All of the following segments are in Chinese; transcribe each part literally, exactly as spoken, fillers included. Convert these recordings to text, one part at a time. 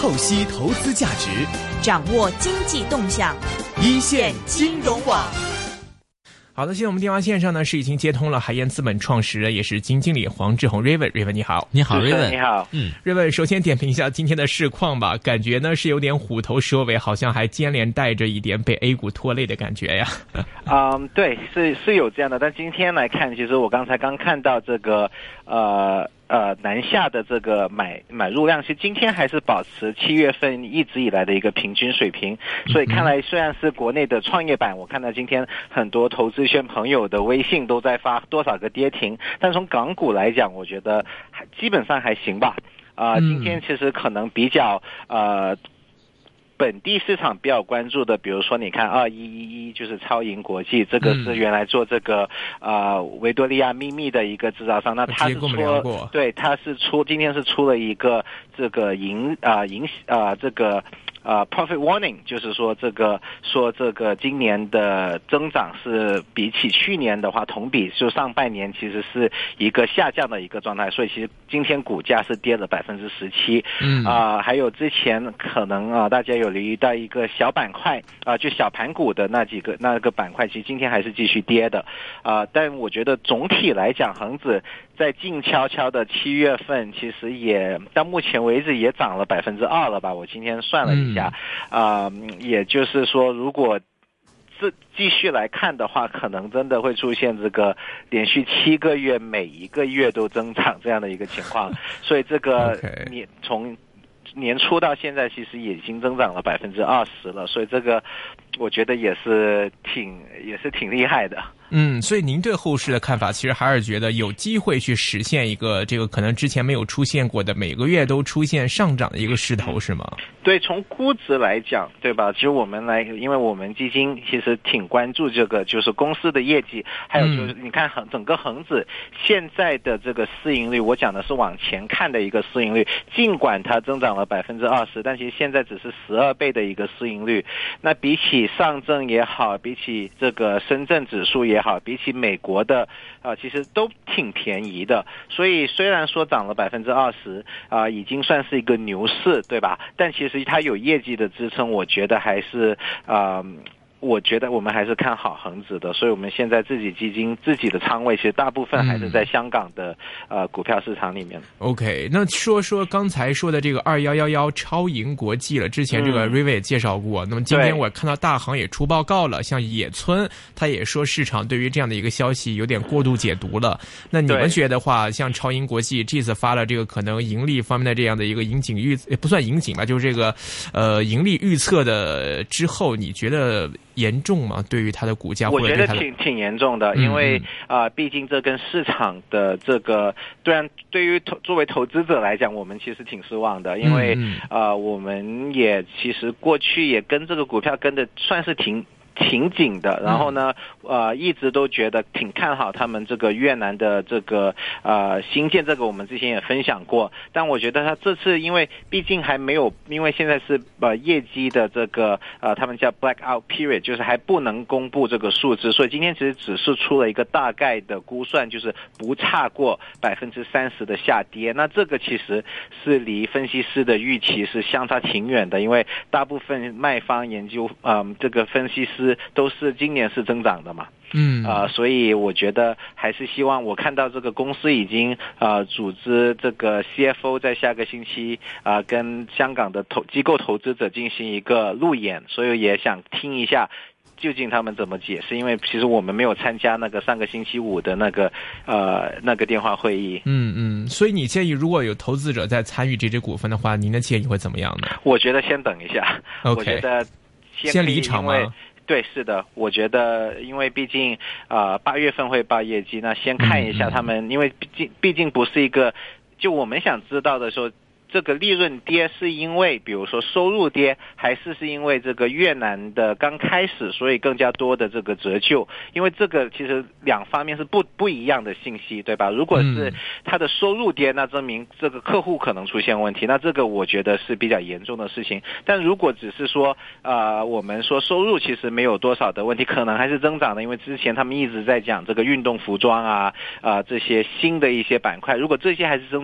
透析投资价值， 掌握经济动向， 一线金融网。 好的，现在我们电话线上呢是已经接通了海燕资本创始人也是基金经理黄志宏 Raven，Raven 你好。 你好 Raven。 你好。 嗯 Raven 首先点评一下今天的市况吧，感觉呢是有点虎头蛇尾，好像还接连带着一点被 A 股拖累的感觉呀。 嗯，对，是是有这样的，但今天来看，其实我刚才刚看到这个呃呃南下的这个买买入量，其实今天还是保持七月份一直以来的一个平均水平，所以看来虽然是国内的创业板，我看到今天很多投资圈朋友的微信都在发多少个跌停，但从港股来讲，我觉得还基本上还行吧。啊、呃，今天其实可能比较呃。本地市场比较关注的，比如说你看二一一一就是超银国际，这个是原来做这个呃维多利亚秘密的一个制造商，那它是出对它是出今天是出了一个这个银啊银啊这个呃 profit warning， 就是说这个说这个今年的增长是比起去年的话同比就上半年其实是一个下降的一个状态，所以其实今天股价是跌了百分之十七。嗯啊、呃，还有之前可能啊、呃、大家有留意到一个小板块啊、呃，就小盘股的那几个那个板块，其实今天还是继续跌的啊、呃。但我觉得总体来讲，恒指在静悄悄的七月份，其实也到目前为止也涨了百分之二了吧？我今天算了一下，啊、嗯呃，也就是说，如果这继续来看的话，可能真的会出现这个连续七个月每一个月都增长这样的一个情况，所以这个你从年初到现在其实已经增长了百分之二十了，所以这个我觉得也是挺也是挺厉害的。 嗯，所以您对后市的看法，其实还是觉得有机会去实现一个这个可能之前没有出现过的每个月都出现上涨的一个势头，是吗？ 对，从估值来讲，对吧？其实我们来，因为我们基金其实挺关注这个，就是公司的业绩，还有就是你看恒整个恒指现在的这个市盈率，我讲的是往前看的一个市盈率，尽管它增长了百分之二十，但其实现在只是十二倍的一个市盈率。那比起上证也好，比起这个深圳指数也好，比起美国的啊、呃，其实都挺便宜的。所以虽然说涨了百分之二十啊，已经算是一个牛市，对吧？但其实它有业绩的支撑，我觉得还是啊。呃我觉得我们还是看好恒指的，所以我们现在自己基金自己的仓位其实大部分还是在香港的、嗯、呃股票市场里面。 OK， 那说说刚才说的这个二一一一超银国际了，之前这个 Raven 也介绍过、嗯、那么今天我看到大行也出报告了，像野村他也说市场对于这样的一个消息有点过度解读了。那你们觉得话，像超银国际这次发了这个可能盈利方面的这样的一个盈警预不算盈警吧，就是这个呃盈利预测的之后，你觉得严重吗？对于它的股价， 我觉得挺挺严重的，因为啊、呃，毕竟这跟市场的这个，虽然对于投作为投资者来讲，我们其实挺失望的，因为啊、呃，我们也其实过去也跟这个股票跟的算是挺。挺紧的，然后呢，呃，一直都觉得挺看好他们这个越南的这个呃新建，这个我们之前也分享过。但我觉得他这次因为毕竟还没有，因为现在是呃业绩的这个呃他们叫 blackout period， 就是还不能公布这个数字，所以今天其实只是出了一个大概的估算，就是不差过百分之三十的下跌。那这个其实是离分析师的预期是相差挺远的，因为大部分卖方研究，嗯、呃，这个分析师都是今年是增长的嘛，嗯，啊、呃，所以我觉得还是希望，我看到这个公司已经呃组织这个 C F O 在下个星期啊、呃、跟香港的投机构投资者进行一个路演，所以也想听一下究竟他们怎么解释，因为其实我们没有参加那个上个星期五的那个呃那个电话会议。 嗯嗯，所以你建议如果有投资者在参与这只股份的话，您的建议会怎么样呢？ 我觉得先等一下， okay, 我觉得先先离场吗？ 对，是的，我觉得，因为毕竟，呃，八月份会报业绩，那先看一下他们，嗯嗯因为毕竟毕竟不是一个，就我们想知道的时候。这个利润跌是因为比如说收入跌，还是是因为这个越南的刚开始，所以更加多的这个折旧？因为这个其实两方面是不不一样的信息，对吧？如果是它的收入跌，那证明这个客户可能出现问题，那这个我觉得是比较严重的事情。但如果只是说呃我们说收入其实没有多少的问题，可能还是增长的，因为之前他们一直在讲这个运动服装啊啊、呃、这些新的一些板块，如果这些还是增长，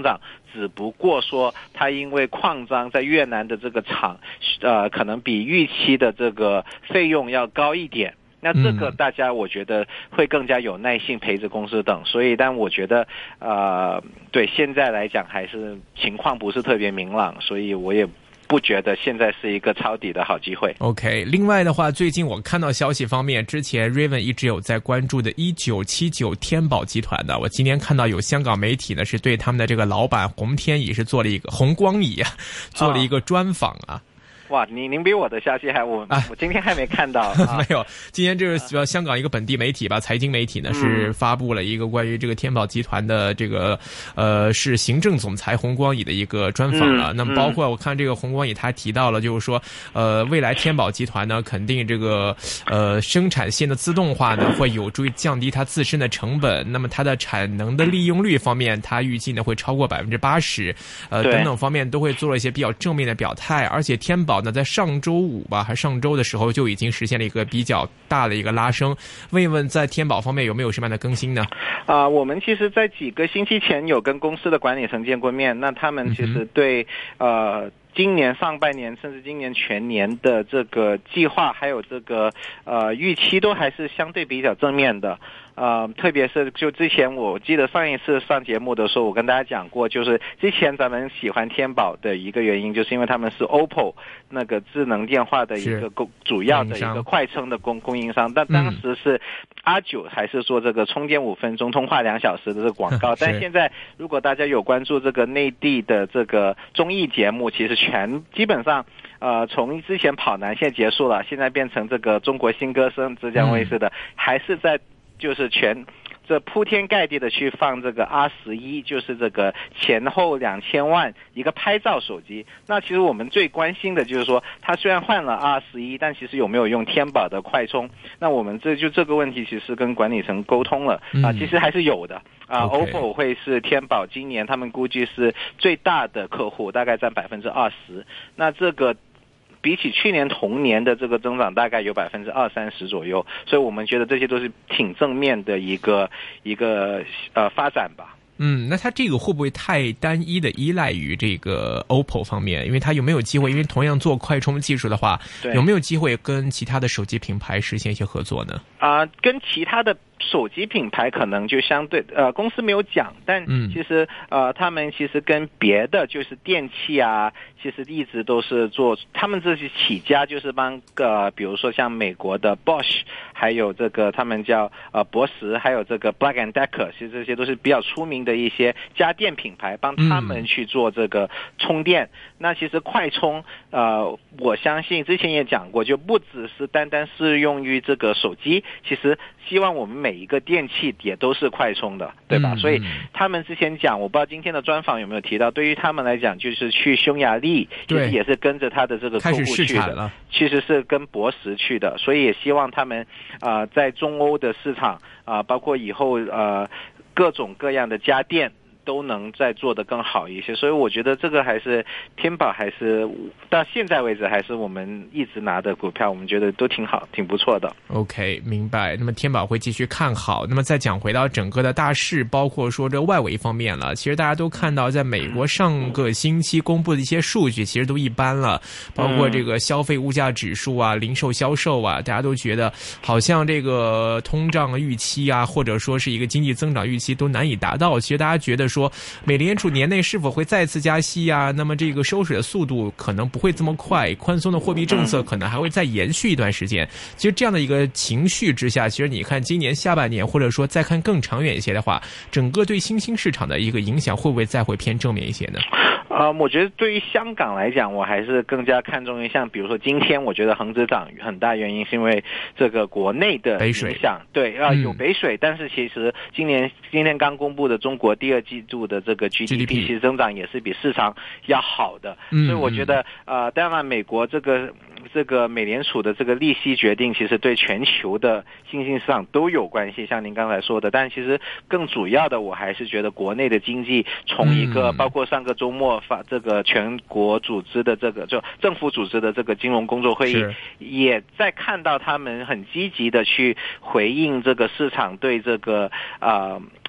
只不过说它因为矿藏在越南的这个厂，呃，可能比预期的这个费用要高一点。那这个大家我觉得会更加有耐性陪着公司等，所以但我觉得呃，对现在来讲还是情况不是特别明朗，所以我也不觉得现在是一个抄底的好机会。 OK， 另外的话，最近我看到消息方面，之前 Raven 一直有在关注的一九七九天宝集团的，我今天看到有香港媒体呢是对他们的这个老板洪天乙是做了一个洪光乙啊，做了一个专访啊。 哇，你您比我的消息还我、啊、我今天还没看到、啊、 没有，今天这个香港一个本地媒体吧，财经媒体呢、嗯、是发布了一个关于这个天宝集团的这个呃是行政总裁洪光乙的一个专访了、嗯、那么包括我看这个洪光乙他提到了就是说呃未来天宝集团呢肯定这个呃生产线的自动化呢会有助于降低它自身的成本，那么它的产能的利用率方面它预计呢会超过百分之八十，呃等等方面都会做了一些比较正面的表态，而且天宝那在上周五吧，还上周的时候就已经实现了一个比较大的一个拉升。问一问，在天宝方面有没有什么样的更新呢？ 啊、呃，我们其实在几个星期前有跟公司的管理层见过面，那他们其实对、嗯、呃今年上半年甚至今年全年的这个计划还有这个呃预期都还是相对比较正面的。呃，特别是就之前我记得上一次上节目的时候，我跟大家讲过，就是之前咱们喜欢天宝的一个原因，就是因为他们是 O P P O 那个智能电话的一个供主要的一个快充的供供应商，但当时是阿九还是说这个充电五分钟通话两小时的这个广告，但现在如果大家有关注这个内地的这个综艺节目，其实全基本上呃从之前跑男现在结束了，现在变成这个中国新歌声浙江卫视的、嗯、还是在就是全这铺天盖地的去放这个 R 十一，就是这个前后两千万一个拍照手机。那其实我们最关心的就是说，它虽然换了 R 十一，但其实有没有用天宝的快充？那我们这就这个问题其实跟管理层沟通了啊、呃，其实还是有的啊。O P P O 会是天宝今年他们估计是最大的客户，大概占百分之二十。那这个比起去年同年的这个增长大概有百分之二三十左右，所以我们觉得这些都是挺正面的一个一个呃发展吧。 嗯，那它这个会不会太单一的依赖于这个 O P P O 方面？因为它有没有机会？因为同样做快充技术的话，有没有机会跟其他的手机品牌实现一些合作呢？ 啊、呃，跟其他的手机品牌可能就相对呃公司没有讲，但其实、嗯、呃他们其实跟别的就是电器啊，其实一直都是做，他们这些起家就是帮呃比如说像美国的 Bosch， 还有这个他们叫呃博时，还有这个 Black and Decker， 其实这些都是比较出名的一些家电品牌，帮他们去做这个充电。嗯、那其实快充呃我相信之前也讲过，就不只是单单适用于这个手机，其实希望我们每一个电器也都是快充的，对吧？嗯、所以他们之前讲，我不知道今天的专访有没有提到，对于他们来讲，就是去匈牙利，其实也是跟着他的这个客户去的，其实是跟博时去的，所以也希望他们啊、呃、在中欧的市场啊、呃，包括以后呃各种各样的家电都能再做得更好一些，所以我觉得这个还是天宝还是到现在为止还是我们一直拿的股票，我们觉得都挺好，挺不错的。 OK， 明白。那么天宝会继续看好。那么再讲回到整个的大势，包括说这外围方面了，其实大家都看到，在美国上个星期公布的一些数据，其实都一般了，包括这个消费物价指数啊、零售销售啊，大家都觉得好像这个通胀预期啊，或者说是一个经济增长预期都难以达到。其实大家觉得说，美联储年内是否会再次加息啊？那么这个收水的速度可能不会这么快，宽松的货币政策可能还会再延续一段时间。其实这样的一个情绪之下，其实你看今年下半年，或者说再看更长远一些的话，整个对新兴市场的一个影响会不会再会偏正面一些呢？ 呃，我觉得对于香港来讲，我还是更加看重于像比如说今天，我觉得恒指涨很大原因是因为这个国内的影响，对啊、呃嗯，有北水，但是其实今年今天刚公布的中国第二季度的这个 G D P 其实增长也是比市场要好的，嗯、所以我觉得呃，当然美国这个这个美联储的这个利息决定，其实对全球的新兴市场都有关系，像您刚才说的，但其实更主要的，我还是觉得国内的经济从一个、嗯、包括上个周末发这个全国组织的这个就政府组织的这个金融工作会议，也在看到他们很积极的去回应这个市场对这个呃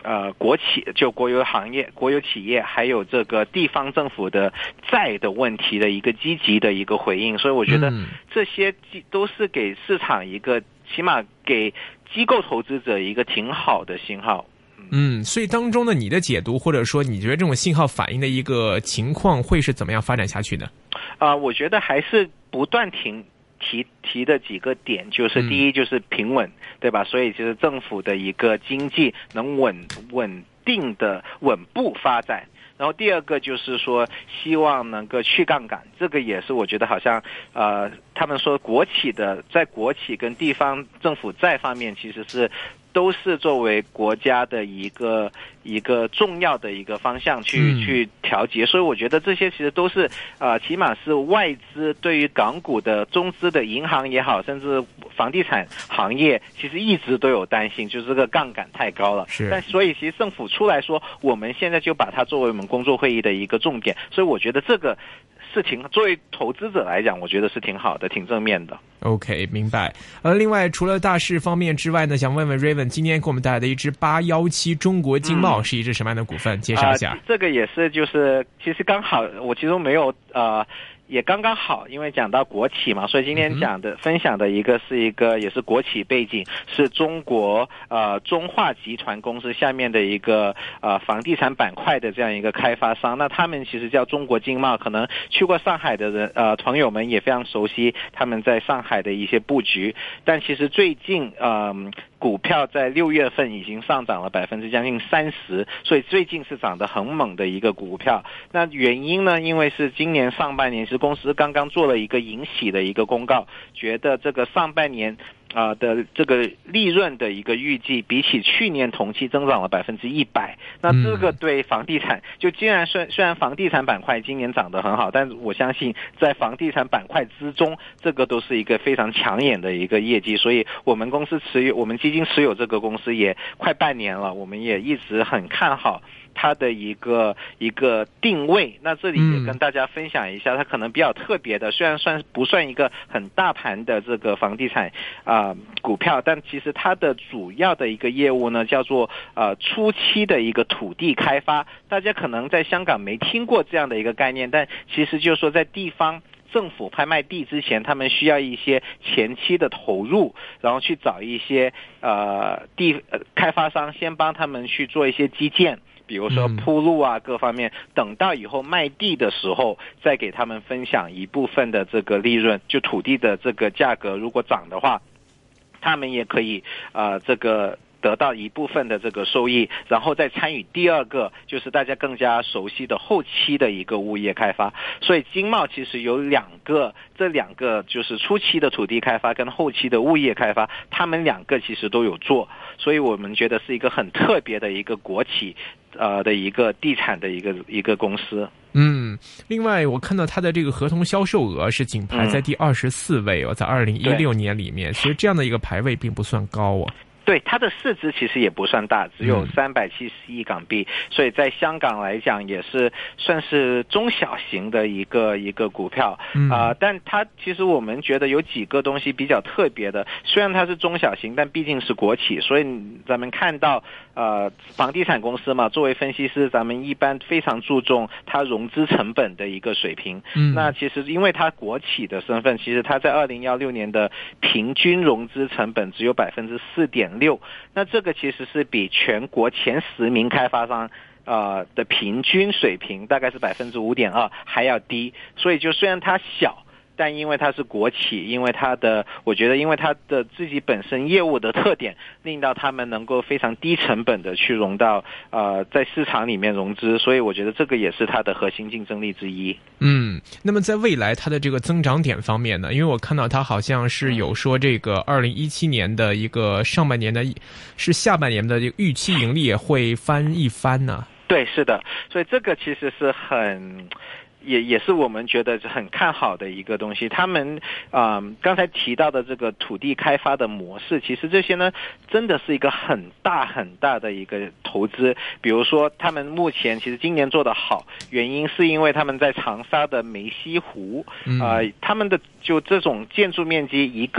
呃国企就国有行业、国有企业，还有这个地方政府的债的问题的一个积极的一个回应，所以我觉得这些都是给市场一个起码给机构投资者一个挺好的信号。 嗯，所以当中呢，你的解读或者说你觉得这种信号反映的一个情况会是怎么样发展下去呢？ 啊、呃，我觉得还是不断停。提提的几个点就是第一就是平稳，嗯、对吧？所以就是政府的一个经济能稳稳定的稳步发展。然后第二个就是说希望能够去杠杆，这个也是我觉得好像呃他们说国企的在国企跟地方政府债方面其实是都是作为国家的一个一个重要的一个方向去、嗯、去调节，所以我觉得这些其实都是呃起码是外资对于港股的中资的银行也好，甚至房地产行业其实一直都有担心，就是这个杠杆太高了。 是， 但所以其实政府出来说，我们现在就把它作为我们工作会议的一个重点，所以我觉得这个事情作为投资者来讲，我觉得是挺好的，挺正面的。 OK， 明白。呃，另外除了大势方面之外呢，想问问 Raven 今天给我们带来的一支八一七中国经贸、嗯、是一支什么样的股份？介绍一下。 呃、这个也是就是其实刚好我其中没有呃。也刚刚好，因为讲到国企嘛，所以今天讲的、嗯、分享的一个是一个也是国企背景，是中国呃中化集团公司下面的一个呃房地产板块的这样一个开发商。那他们其实叫中国经贸，可能去过上海的人呃朋友们也非常熟悉他们在上海的一些布局。但其实最近呃股票在六月份已经上涨了百分之将近三十，所以最近是涨得很猛的一个股票。那原因呢？因为是今年上半年是公司刚刚做了一个盈喜的一个公告，觉得这个上半年啊、呃、的这个利润的一个预计，比起去年同期增长了百分之一百。那这个对房地产，就既然虽虽然房地产板块今年涨得很好，但是我相信在房地产板块之中，这个都是一个非常抢眼的一个业绩。所以我们公司持有，我们基金持有这个公司也快半年了，我们也一直很看好它的一个一个定位。那这里也跟大家分享一下，它可能比较特别的，虽然算不算一个很大盘的这个房地产啊、呃、股票，但其实它的主要的一个业务呢，叫做呃初期的一个土地开发。大家可能在香港没听过这样的一个概念，但其实就是说在地方政府拍卖地之前，他们需要一些前期的投入，然后去找一些呃地呃开发商，先帮他们去做一些基建，比如说铺路啊各方面，等到以后卖地的时候，再给他们分享一部分的这个利润，就土地的这个价格如果涨的话，他们也可以呃这个得到一部分的这个收益，然后再参与第二个就是大家更加熟悉的后期的一个物业开发。所以经贸其实有两个，这两个就是初期的土地开发跟后期的物业开发，他们两个其实都有做，所以我们觉得是一个很特别的一个国企呃的一个地产的一个一个公司。 嗯，另外我看到它的这个合同销售额是仅排在第二十四位哦，在二零一六年里面，其实这样的一个排位并不算高哦。 对，它的市值其实也不算大，只有三百七十亿港币，所以在香港来讲也是算是中小型的一个一个股票啊、呃。但它其实我们觉得有几个东西比较特别的，虽然它是中小型，但毕竟是国企，所以咱们看到呃房地产公司嘛，作为分析师，咱们一般非常注重它融资成本的一个水平。嗯，那其实因为它国企的身份，其实它在二零一六年的平均融资成本只有百分之四点六，那这个其实是比全国前十名开发商呃的平均水平大概是百分之五点二还要低。所以就虽然它小，但因为它是国企，因为它的我觉得因为它的自己本身业务的特点，令到他们能够非常低成本的去融到呃在市场里面融资，所以我觉得这个也是它的核心竞争力之一。 嗯，那么在未来它的这个增长点方面呢，因为我看到它好像是有说这个二零一七年的一个上半年的是下半年的预期盈利也会翻一番呢、啊。 对，是的，所以这个其实是很也也是我们觉得很看好的一个东西。他们啊、呃、刚才提到的这个土地开发的模式，其实这些呢真的是一个很大很大的一个投资。比如说他们目前其实今年做得好，原因是因为他们在长沙的梅溪湖啊、呃，他们的就这种建筑面积一个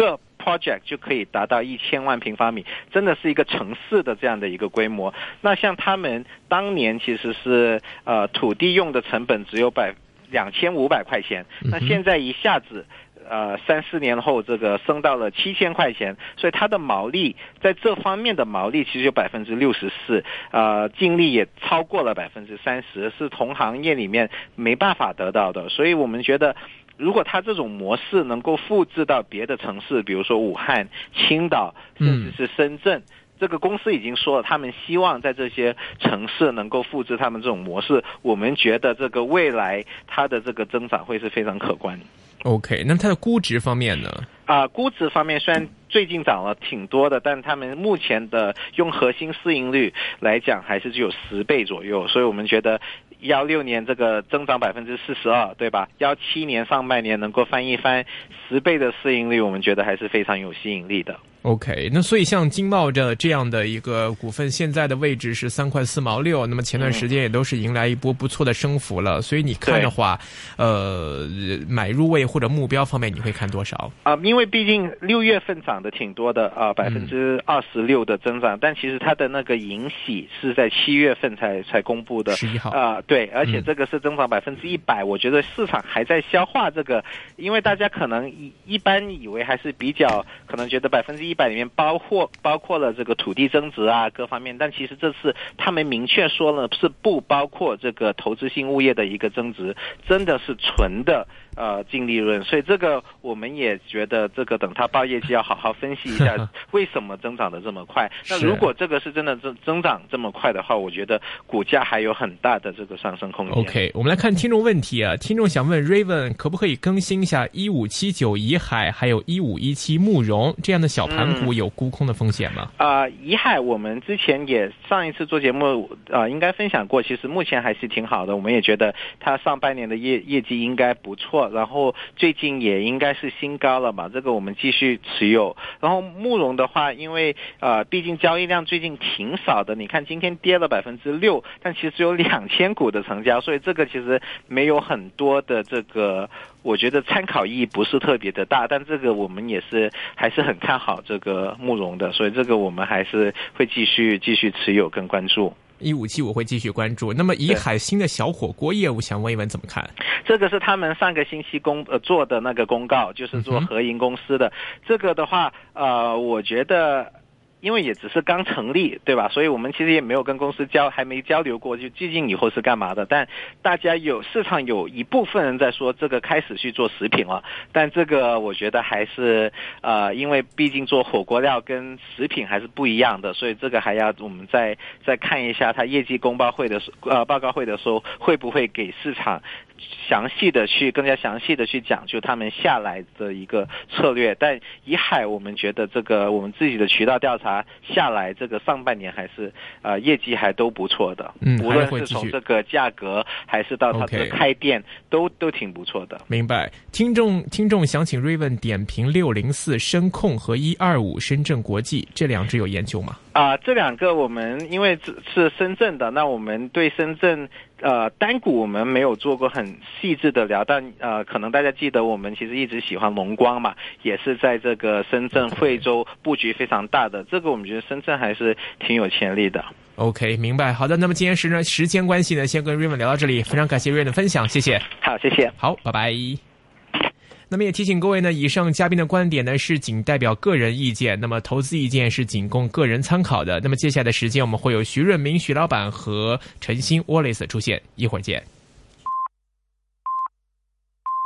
project 就可以达到一千万平方米，真的是一个城市的这样的一个规模。那像他们当年其实是呃土地用的成本只有百两千五百块钱，那现在一下子呃，三四年后，这个升到了七千块钱，所以它的毛利在这方面的毛利其实有百分之六十四，呃，净利也超过了百分之三十，是同行业里面没办法得到的。所以我们觉得，如果它这种模式能够复制到别的城市，比如说武汉、青岛，甚至是深圳。嗯这个公司已经说了，他们希望在这些城市能够复制他们这种模式。我们觉得这个未来它的这个增长会是非常可观。 OK， 那它的估值方面呢？ 啊、呃，估值方面虽然最近涨了挺多的，但他们目前的用核心市盈率来讲，还是只有十倍左右，所以我们觉得。幺六年这个增长百分之四十二，对吧？幺七年上半年能够翻一番十倍的市盈率，我们觉得还是非常有吸引力的。 OK， 那所以像金茂这这样的一个股份，现在的位置是三块四毛六，那么前段时间也都是迎来一波不错的升幅了。嗯、所以你看的话，呃，买入位或者目标方面，你会看多少？ 啊、呃，因为毕竟六月份涨得挺多的啊，百分之二十六的增长、嗯，但其实它的那个盈喜是在七月份才才公布的， 十一号啊、呃，对，而且这个是增长百分之一百，我觉得市场还在消化这个，因为大家可能一一般以为还是比较可能觉得百分之一。一百里面包括包括了这个土地增值啊各方面，但其实这次他们明确说了是不包括这个投资性物业的一个增值，真的是纯的呃净利润，所以这个我们也觉得这个等他报业绩要好好分析一下为什么增长的这么快。那如果这个是真的增增长这么快的话，我觉得股价还有很大的这个上升空间。 OK， 我们来看听众问题啊，听众想问 Raven 可不可以更新一下一五七九怡海还有一五一七慕容这样的小盘股有沽空的风险吗？ 啊、嗯，怡、呃、海我们之前也上一次做节目啊、呃，应该分享过，其实目前还是挺好的，我们也觉得它上半年的业业绩应该不错，然后最近也应该是新高了吧，这个我们继续持有。然后慕容的话，因为呃毕竟交易量最近挺少的，你看今天跌了百分之六，但其实只有两千股的成交，所以这个其实没有很多的这个。我觉得参考意义不是特别的大，但这个我们也是还是很看好这个慕容的，所以这个我们还是会继续继续持有跟关注。 一五七我会继续关注。那么怡海新的小火锅业务，想问一问怎么看？ 这个是他们上个星期公呃做的那个公告，就是做合营公司的。嗯、这个的话，呃，我觉得。因为也只是刚成立，对吧？所以我们其实也没有跟公司交，还没交流过，就究竟以后是干嘛的。但大家有市场有一部分人在说，这个开始去做食品了。但这个我觉得还是呃，因为毕竟做火锅料跟食品还是不一样的，所以这个还要我们再再看一下它业绩公报会的呃报告会的时候，会不会给市场。详细的去更加详细的去讲究他们下来的一个策略，但怡海我们觉得这个我们自己的渠道调查下来，这个上半年还是呃业绩还都不错的， 嗯， 无论是从这个价格还是到它的开店、okay. 都都挺不错的。 明白。听众听众想请 Raven 点评六零四深控和一二五深圳国际这两只有研究吗？ 啊、呃，这两个我们因为是深圳的，那我们对深圳呃单股我们没有做过很细致的聊，但呃可能大家记得我们其实一直喜欢龙光嘛，也是在这个深圳惠州布局非常大的，这个我们觉得深圳还是挺有潜力的。 OK， 明白。好的，那么今天时呢时间关系呢，先跟 Raven 聊到这里，非常感谢 Raven 的分享，谢谢。 好，谢谢。 好，拜拜。那么也提醒各位呢，以上嘉宾的观点呢是仅代表个人意见，那么投资意见是仅供个人参考的。那么接下来的时间我们会有徐润明徐老板和陈鑫 Wallace 出现，一会儿见。